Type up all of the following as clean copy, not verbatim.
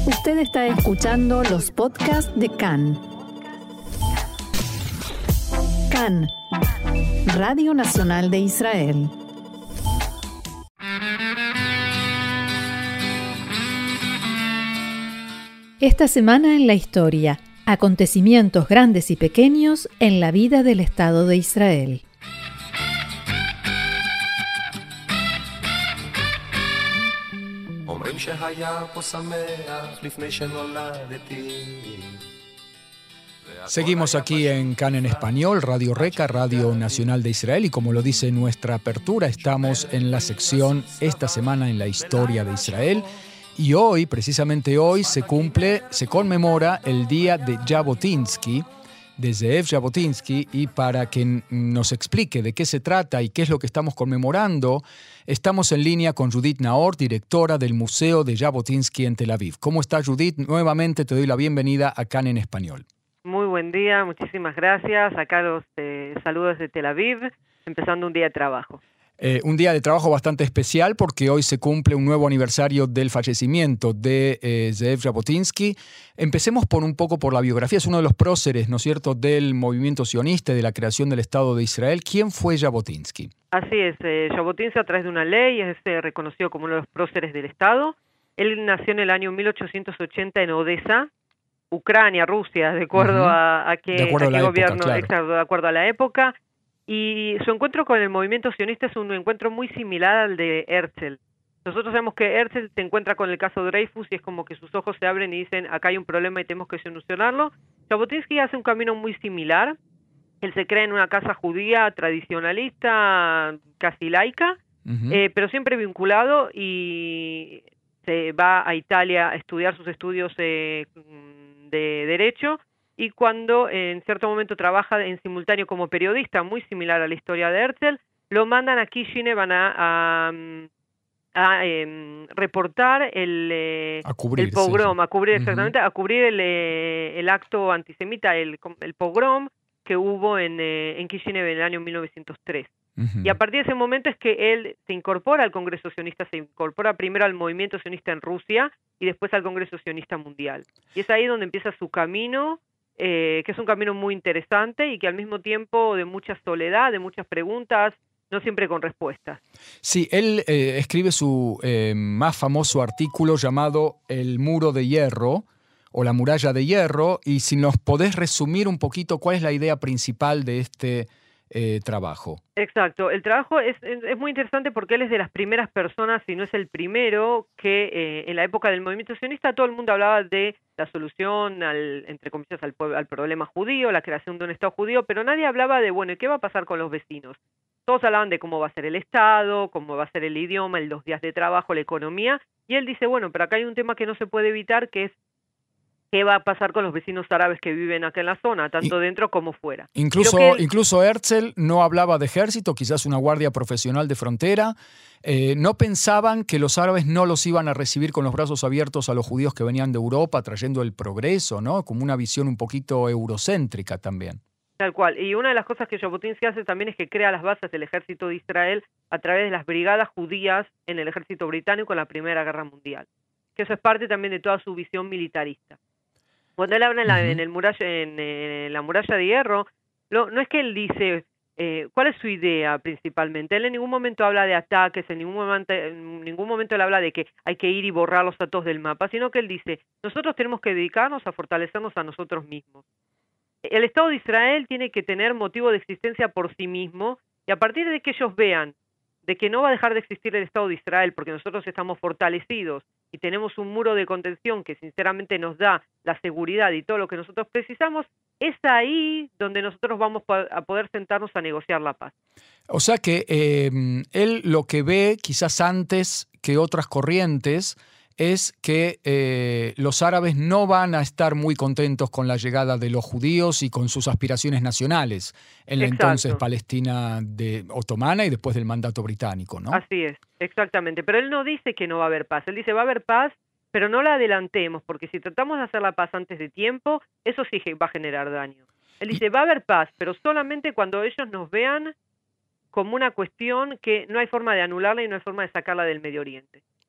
Usted está escuchando los podcasts de CAN. CAN, Radio Nacional de Israel. Esta semana en la historia, acontecimientos grandes y pequeños en la vida del Estado de Israel. Seguimos aquí en CAN en español, Radio Reca, Radio Nacional de Israel, y como lo dice nuestra apertura, estamos en la sección Esta semana en la historia de Israel. Y hoy, precisamente hoy, se conmemora el día de Jabotinsky, de Zeev Jabotinsky, y para que nos explique de qué se trata y qué es lo que estamos conmemorando, estamos en línea con Judith Naor, directora del Museo de Jabotinsky en Tel Aviv. ¿Cómo estás, Judith? Nuevamente te doy la bienvenida a CAN en español. Muy buen día, muchísimas gracias. Acá los saludos de Tel Aviv, empezando un día de trabajo. Un día de trabajo bastante especial porque hoy se cumple un nuevo aniversario del fallecimiento de Zeev Jabotinsky. Empecemos un poco por la biografía. Es uno de los próceres, ¿no es cierto?, del movimiento sionista y de la creación del Estado de Israel. ¿Quién fue Jabotinsky? Así es, Jabotinsky a través de una ley es reconocido como uno de los próceres del Estado. Él nació en el año 1880 en Odessa, Ucrania, Rusia, de acuerdo a qué gobierno, claro. Exacto, de acuerdo a la época. Y su encuentro con el movimiento sionista es un encuentro muy similar al de Herzl. Nosotros sabemos que Herzl se encuentra con el caso Dreyfus y es como que sus ojos se abren y dicen, acá hay un problema y tenemos que solucionarlo. Jabotinsky hace un camino muy similar. Él se crea en una casa judía tradicionalista, casi laica, pero siempre vinculado, y se va a Italia a estudiar sus estudios de Derecho. Y cuando en cierto momento trabaja en simultáneo como periodista, muy similar a la historia de Herzl, lo mandan a Kishinev a reportar el pogrom, a cubrir exactamente, a cubrir el acto antisemita, el pogrom que hubo en Kishinev en el año 1903. Y a partir de ese momento es que él se incorpora al Congreso Sionista, se incorpora primero al movimiento sionista en Rusia y después al Congreso Sionista Mundial. Y es ahí donde empieza su camino, que es un camino muy interesante y que al mismo tiempo de mucha soledad, de muchas preguntas, no siempre con respuestas. Sí, él escribe su más famoso artículo llamado El Muro de Hierro, o La Muralla de Hierro, y si nos podés resumir un poquito cuál es la idea principal de este trabajo. Exacto, el trabajo es muy interesante porque él es de las primeras personas, si no es el primero, que en la época del movimiento sionista todo el mundo hablaba de la solución entre comillas al problema judío, la creación de un Estado judío, pero nadie hablaba de, bueno, ¿qué va a pasar con los vecinos? Todos hablaban de cómo va a ser el Estado, cómo va a ser el idioma, los días de trabajo, la economía, y él dice, bueno, pero acá hay un tema que no se puede evitar, que es qué va a pasar con los vecinos árabes que viven acá en la zona, tanto dentro como fuera. Incluso Herzl no hablaba de ejército, quizás una guardia profesional de frontera. No pensaban que los árabes no los iban a recibir con los brazos abiertos a los judíos que venían de Europa trayendo el progreso, ¿no? Como una visión un poquito eurocéntrica también. Tal cual. Y una de las cosas que Jabotinsky hace también es que crea las bases del ejército de Israel a través de las brigadas judías en el ejército británico en la Primera Guerra Mundial. Que eso es parte también de toda su visión militarista. Cuando él habla en la muralla de hierro, no es que él dice cuál es su idea principalmente. Él en ningún momento habla de ataques, en ningún momento él habla de que hay que ir y borrarlos a todos del mapa, sino que él dice, nosotros tenemos que dedicarnos a fortalecernos a nosotros mismos. El Estado de Israel tiene que tener motivo de existencia por sí mismo, y a partir de que ellos vean de que no va a dejar de existir el Estado de Israel porque nosotros estamos fortalecidos y tenemos un muro de contención que sinceramente nos da la seguridad y todo lo que nosotros precisamos, es ahí donde nosotros vamos a poder sentarnos a negociar la paz. O sea que él lo que ve quizás antes que otras corrientes es que los árabes no van a estar muy contentos con la llegada de los judíos y con sus aspiraciones nacionales en la entonces Palestina otomana y después del mandato británico, ¿no? Así es, exactamente. Pero él no dice que no va a haber paz. Él dice va a haber paz, pero no la adelantemos, porque si tratamos de hacer la paz antes de tiempo, eso sí va a generar daño. Él dice va a haber paz, pero solamente cuando ellos nos vean como una cuestión que no hay forma de anularla y no hay forma de sacarla del Medio Oriente.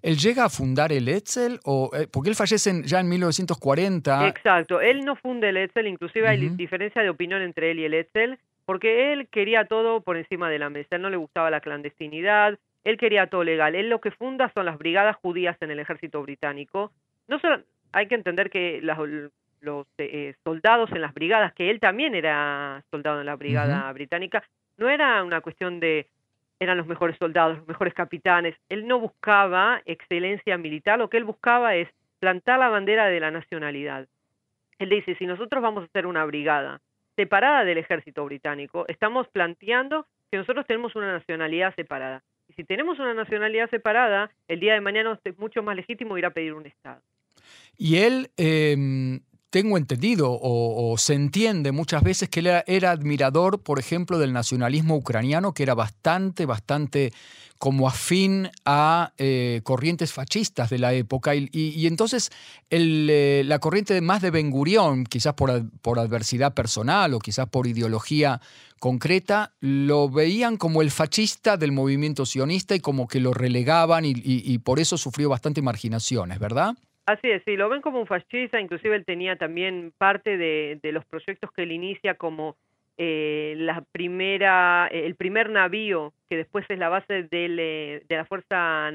¿Él llega a fundar el Etzel? Porque él fallece ya en 1940. Exacto, él no funda el Etzel, inclusive hay diferencia de opinión entre él y el Etzel, porque él quería todo por encima de la mesa, él no le gustaba la clandestinidad, él quería todo legal. Él lo que funda son las brigadas judías en el ejército británico. No solo hay que entender que los soldados en las brigadas, que él también era soldado en la brigada británica, no era una cuestión de eran los mejores soldados, los mejores capitanes. Él no buscaba excelencia militar, lo que él buscaba es plantar la bandera de la nacionalidad. Él dice, si nosotros vamos a hacer una brigada separada del ejército británico, estamos planteando que nosotros tenemos una nacionalidad separada. Y si tenemos una nacionalidad separada, el día de mañana es mucho más legítimo ir a pedir un Estado. Y él, tengo entendido, o se entiende muchas veces que él era admirador, por ejemplo, del nacionalismo ucraniano, que era bastante como afín a corrientes fascistas de la época. Y entonces la corriente más de Ben Gurión, quizás por adversidad personal o quizás por ideología concreta, lo veían como el fascista del movimiento sionista y como que lo relegaban y por eso sufrió bastante marginaciones, ¿verdad? Así es, sí, lo ven como un fascista, inclusive él tenía también parte de los proyectos que él inicia como el primer navío, que después es la base de la fuerza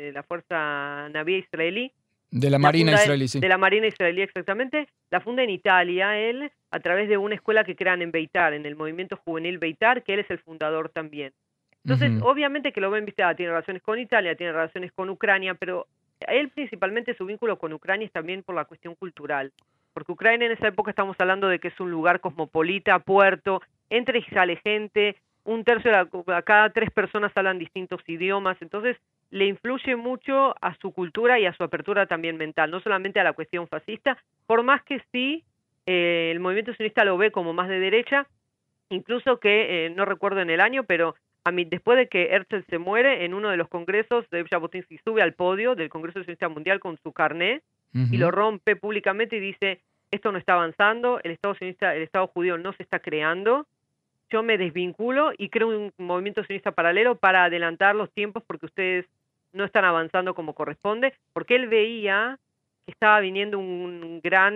navío israelí. De la Marina israelí, sí. De la Marina israelí, exactamente. La funda en Italia, él, a través de una escuela que crean en Beitar, en el movimiento juvenil Beitar, que él es el fundador también. Entonces, obviamente que lo ven, viste, tiene relaciones con Italia, tiene relaciones con Ucrania, pero él principalmente su vínculo con Ucrania es también por la cuestión cultural, porque Ucrania en esa época estamos hablando de que es un lugar cosmopolita, puerto, entra y sale gente, un tercio de cada 3 personas hablan distintos idiomas, entonces le influye mucho a su cultura y a su apertura también mental, no solamente a la cuestión fascista, por más que sí el movimiento sionista lo ve como más de derecha, incluso que, no recuerdo en el año, pero después de que Herzl se muere, en uno de los congresos, Zev Jabotinsky sube al podio del Congreso Sionista Mundial con su carné y lo rompe públicamente y dice, esto no está avanzando, el Estado judío no se está creando, yo me desvinculo y creo un movimiento sionista paralelo para adelantar los tiempos porque ustedes no están avanzando como corresponde, porque él veía que estaba viniendo un gran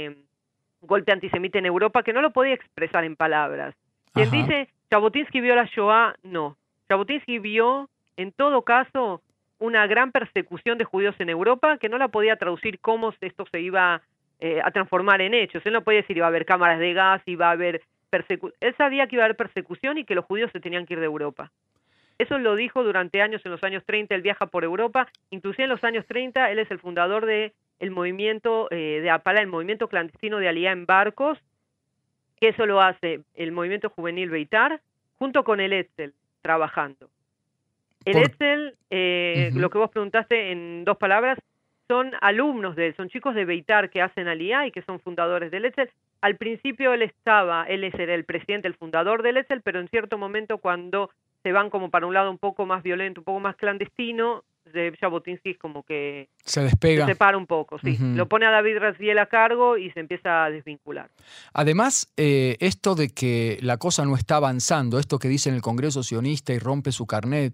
golpe antisemita en Europa que no lo podía expresar en palabras. Y él dice, Jabotinsky vio la Shoah, no. Jabotinsky vio, en todo caso, una gran persecución de judíos en Europa que no la podía traducir cómo esto se iba a transformar en hechos. Él no podía decir iba a haber cámaras de gas, iba a haber persecución. Él sabía que iba a haber persecución y que los judíos se tenían que ir de Europa. Eso lo dijo durante años, en los años 30, él viaja por Europa. Inclusive en los años 30, él es el fundador del movimiento de Apalá, el movimiento clandestino de Aliyá en barcos, que eso lo hace el movimiento juvenil Beitar, junto con el Etzel, trabajando. El Etzel, lo que vos preguntaste en 2 palabras, son alumnos de él, son chicos de Beitar que hacen Aliyá y que son fundadores del Etzel. Al principio él era el presidente, el fundador del Etzel, pero en cierto momento cuando se van como para un lado un poco más violento, un poco más clandestino, de Jabotinsky como que se despega, se separa un poco, sí. Lo pone a David Raziel a cargo y se empieza a desvincular. Además, esto de que la cosa no está avanzando, esto que dice en el Congreso Sionista y rompe su carnet,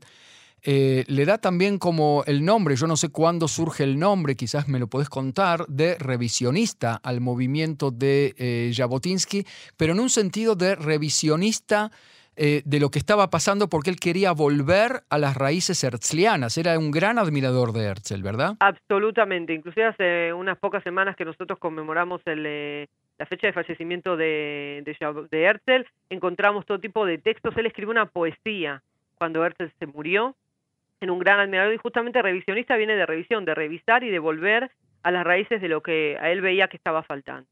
le da también como el nombre, yo no sé cuándo surge el nombre, quizás me lo podés contar, de revisionista al movimiento de Jabotinsky, pero en un sentido de revisionista de lo que estaba pasando porque él quería volver a las raíces herzlianas. Era un gran admirador de Herzl, ¿verdad? Absolutamente. Inclusive hace unas pocas semanas que nosotros conmemoramos la fecha de fallecimiento de Herzl, encontramos todo tipo de textos. Él escribió una poesía cuando Herzl se murió, en un gran admirador, y justamente revisionista viene de revisión, de revisar y de volver a las raíces de lo que a él veía que estaba faltando.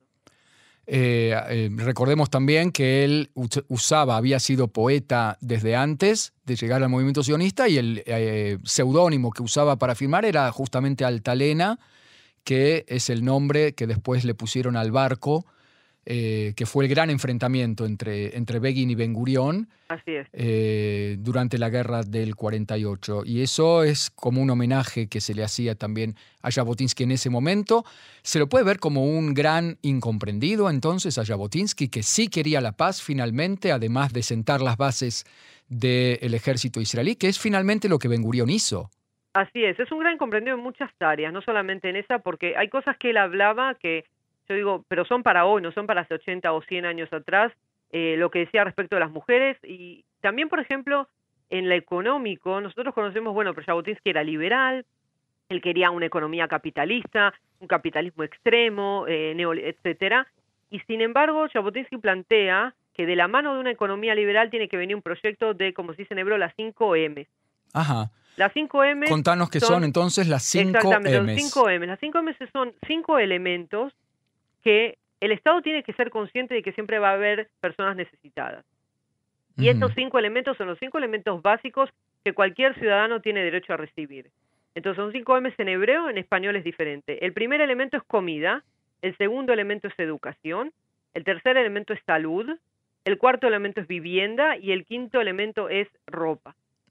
Recordemos también que él había sido poeta desde antes de llegar al movimiento sionista y el seudónimo que usaba para firmar era justamente Altalena, que es el nombre que después le pusieron al barco, que fue el gran enfrentamiento entre Begin y Ben Gurión. Así es. Durante la guerra del 48. Y eso es como un homenaje que se le hacía también a Jabotinsky en ese momento. Se lo puede ver como un gran incomprendido entonces a Jabotinsky, que sí quería la paz finalmente, además de sentar las bases del ejército israelí, que es finalmente lo que Ben Gurión hizo. Así es un gran incomprendido en muchas áreas, no solamente en esa, porque hay cosas que él hablaba que yo digo, pero son para hoy, no son para hace 80 o 100 años atrás, lo que decía respecto de las mujeres, y también, por ejemplo, en lo económico, nosotros conocemos, bueno, pero Jabotinsky era liberal, él quería una economía capitalista, un capitalismo extremo, etcétera, y sin embargo, Jabotinsky plantea que de la mano de una economía liberal tiene que venir un proyecto de, como se dice en hebreo, las 5 M. Ajá. Las 5 M. Contanos qué son entonces las 5 exactamente, M's. Los 5 M. Las 5 M son 5 elementos que el Estado tiene que ser consciente de que siempre va a haber personas necesitadas. Y estos 5 elementos son los 5 elementos básicos que cualquier ciudadano tiene derecho a recibir. Entonces son 5 M's en hebreo, en español es diferente. El primer elemento es comida, el segundo elemento es educación, el tercer elemento es salud, el cuarto elemento es vivienda y el quinto elemento es ropa.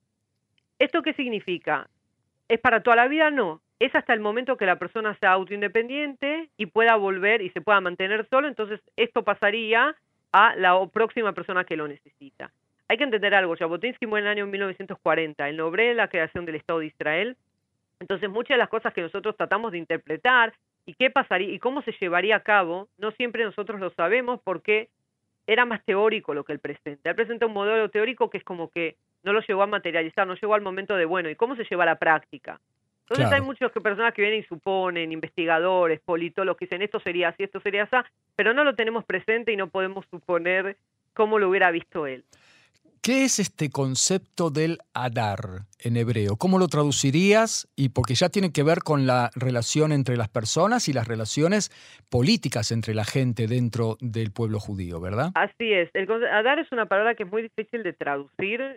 ¿Esto qué significa? ¿Es para toda la vida? No. Es hasta el momento que la persona sea autoindependiente y pueda volver y se pueda mantener solo, entonces esto pasaría a la próxima persona que lo necesita. Hay que entender algo, Jabotinsky muere en el año 1940, él no ve la creación del Estado de Israel, entonces muchas de las cosas que nosotros tratamos de interpretar y qué pasaría y cómo se llevaría a cabo, no siempre nosotros lo sabemos porque era más teórico lo que él presenta. Él presenta un modelo teórico que es como que no lo llegó a materializar, no llegó al momento de, bueno, ¿y cómo se lleva a la práctica? Entonces hay muchas personas que vienen y suponen, investigadores, politólogos, que dicen esto sería así, esto sería así, pero no lo tenemos presente y no podemos suponer cómo lo hubiera visto él. ¿Qué es este concepto del Adar en hebreo? ¿Cómo lo traducirías? Y porque ya tiene que ver con la relación entre las personas y las relaciones políticas entre la gente dentro del pueblo judío, ¿verdad? Así es. Adar es una palabra que es muy difícil de traducir.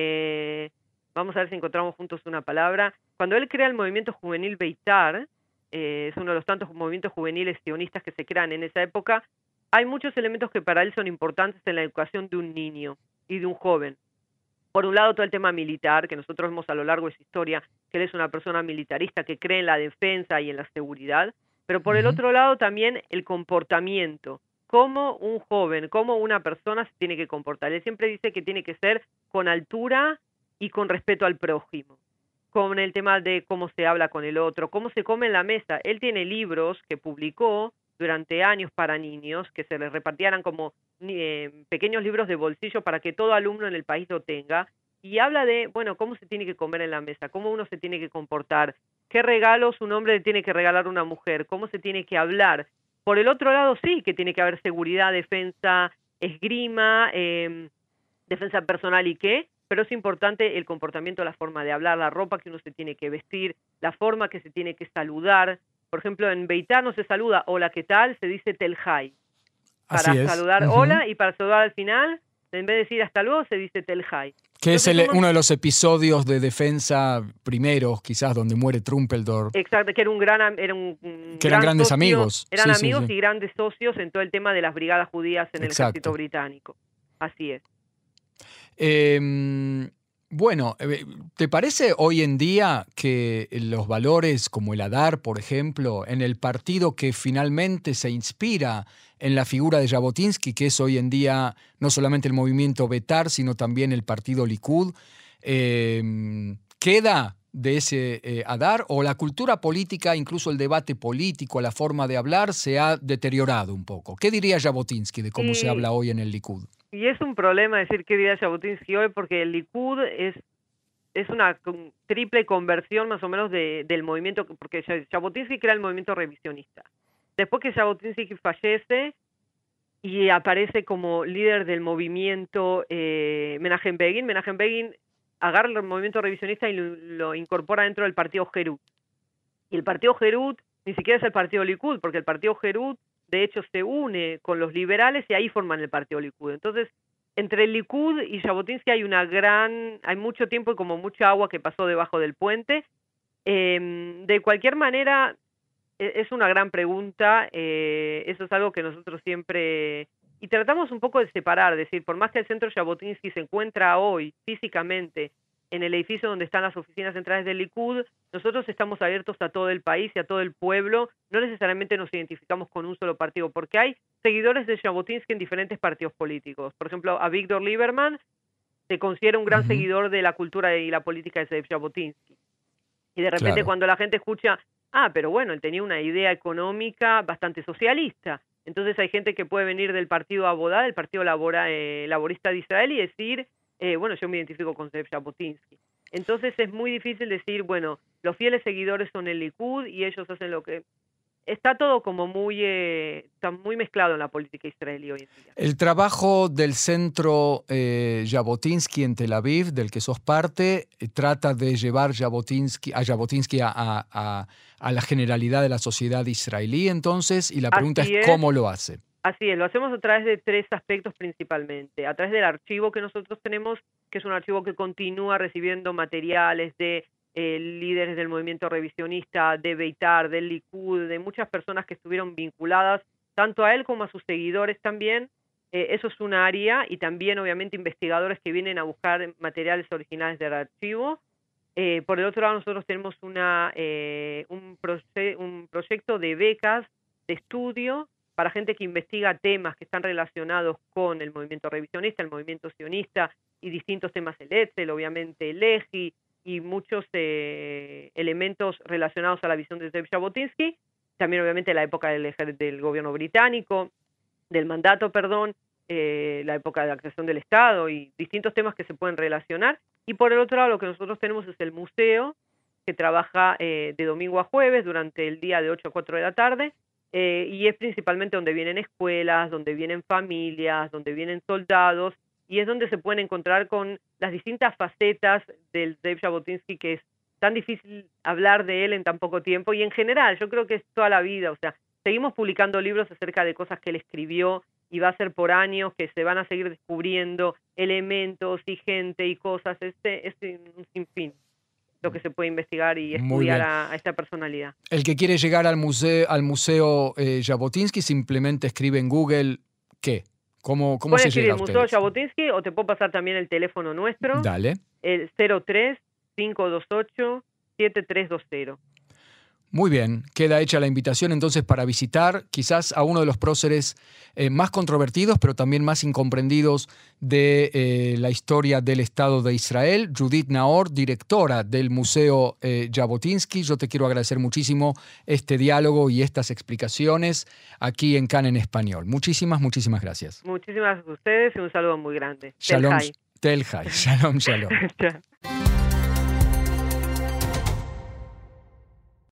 Vamos a ver si encontramos juntos una palabra. Cuando él crea el movimiento juvenil Beitar, es uno de los tantos movimientos juveniles sionistas que se crean en esa época, hay muchos elementos que para él son importantes en la educación de un niño y de un joven. Por un lado, todo el tema militar, que nosotros vemos a lo largo de su historia, que él es una persona militarista que cree en la defensa y en la seguridad, pero por el otro lado también el comportamiento, cómo un joven, cómo una persona se tiene que comportar. Él siempre dice que tiene que ser con altura y con respeto al prójimo, con el tema de cómo se habla con el otro, cómo se come en la mesa. Él tiene libros que publicó durante años para niños, que se les repartieran como pequeños libros de bolsillo para que todo alumno en el país lo tenga, y habla de, bueno, cómo se tiene que comer en la mesa, cómo uno se tiene que comportar, qué regalos un hombre le tiene que regalar a una mujer, cómo se tiene que hablar. Por el otro lado, sí, que tiene que haber seguridad, defensa, esgrima, defensa personal y qué, pero es importante el comportamiento, la forma de hablar, la ropa que uno se tiene que vestir, la forma que se tiene que saludar. Por ejemplo, en Beitar no se saluda hola, ¿qué tal? Se dice tel hay. Para saludar hola y para saludar al final, en vez de decir hasta luego, se dice tel hay. Que es uno de los episodios de defensa primeros, quizás, donde muere Trumpeldor. Exacto, que era que eran grandes socio, amigos. Eran amigos y grandes socios en todo el tema de las brigadas judías en el ejército británico. Así es. Bueno, ¿te parece hoy en día que los valores como el Adar, por ejemplo, en el partido que finalmente se inspira en la figura de Jabotinsky, que es hoy en día no solamente el movimiento Betar, sino también el partido Likud, queda de ese Adar, o la cultura política, incluso el debate político, la forma de hablar, se ha deteriorado un poco? ¿Qué diría Jabotinsky de cómo se habla hoy en el Likud? Y es un problema decir qué diría Jabotinsky hoy, porque el Likud es una triple conversión más o menos del movimiento, porque Jabotinsky crea el movimiento revisionista. Después que Jabotinsky fallece y aparece como líder del movimiento Menachem Begin agarra el movimiento revisionista y lo incorpora dentro del partido Herut. Y el partido Herut ni siquiera es el partido Likud, porque el partido Herut de hecho se une con los liberales y ahí forman el partido Likud. Entonces, entre el Likud y Jabotinsky hay mucho tiempo y como mucha agua que pasó debajo del puente. De cualquier manera, es una gran pregunta, eso es algo que nosotros siempre... Y tratamos un poco de separar, es decir, por más que el centro Jabotinsky se encuentra hoy físicamente en el edificio donde están las oficinas centrales del Likud, nosotros estamos abiertos a todo el país y a todo el pueblo, no necesariamente nos identificamos con un solo partido, porque hay seguidores de Jabotinsky en diferentes partidos políticos. Por ejemplo, a Víctor Lieberman se considera un gran seguidor de la cultura y la política de Jabotinsky. Y de repente Claro. cuando la gente escucha, pero bueno, él tenía una idea económica bastante socialista. Entonces hay gente que puede venir del partido Abodá, del partido laborista de Israel, y decir, bueno, yo me identifico con Zeev Jabotinsky. Entonces es muy difícil decir, bueno, los fieles seguidores son el Likud y ellos hacen lo que... Está todo como está muy mezclado en la política israelí hoy en día. El trabajo del centro Jabotinsky en Tel Aviv, del que sos parte, trata de llevar Jabotinsky a la generalidad de la sociedad israelí, entonces, y la pregunta es ¿cómo lo hace? Así es, lo hacemos a través de 3 aspectos principalmente. A través del archivo que nosotros tenemos, que es un archivo que continúa recibiendo materiales de líderes del movimiento revisionista, de Beitar, del Likud, de muchas personas que estuvieron vinculadas tanto a él como a sus seguidores también. Eso es un área, y también obviamente investigadores que vienen a buscar materiales originales del archivo. Por el otro lado, nosotros tenemos un proyecto de becas de estudio para gente que investiga temas que están relacionados con el movimiento revisionista, el movimiento sionista y distintos temas, el Etzel, obviamente el EJI, y muchos elementos relacionados a la visión de Zeev Jabotinsky, también obviamente la época del gobierno británico, del mandato, la época de la creación del Estado y distintos temas que se pueden relacionar. Y por el otro lado, lo que nosotros tenemos es el museo, que trabaja de domingo a jueves durante el día de 8 a 4 de la tarde, y es principalmente donde vienen escuelas, donde vienen familias, donde vienen soldados, y es donde se pueden encontrar con las distintas facetas del Zeev Jabotinsky, que es tan difícil hablar de él en tan poco tiempo, y en general, yo creo que es toda la vida, o sea, seguimos publicando libros acerca de cosas que él escribió, y va a ser por años que se van a seguir descubriendo elementos y gente y cosas, es un sinfín lo que se puede investigar y estudiar a esta personalidad. El que quiere llegar al museo Jabotinsky simplemente escribe en Google ¿qué? ¿Cómo se llega a ustedes? Museo Jabotinsky, o te puedo pasar también el teléfono nuestro. Dale. El 03-528-7320. Muy bien, queda hecha la invitación entonces para visitar quizás a uno de los próceres más controvertidos, pero también más incomprendidos de la historia del Estado de Israel. Judith Naor, directora del Museo Jabotinsky. Yo te quiero agradecer muchísimo este diálogo y estas explicaciones aquí en CAN en Español. Muchísimas gracias. Muchísimas gracias a ustedes y un saludo muy grande. Shalom, Tel Hai. Shalom, shalom. Chao.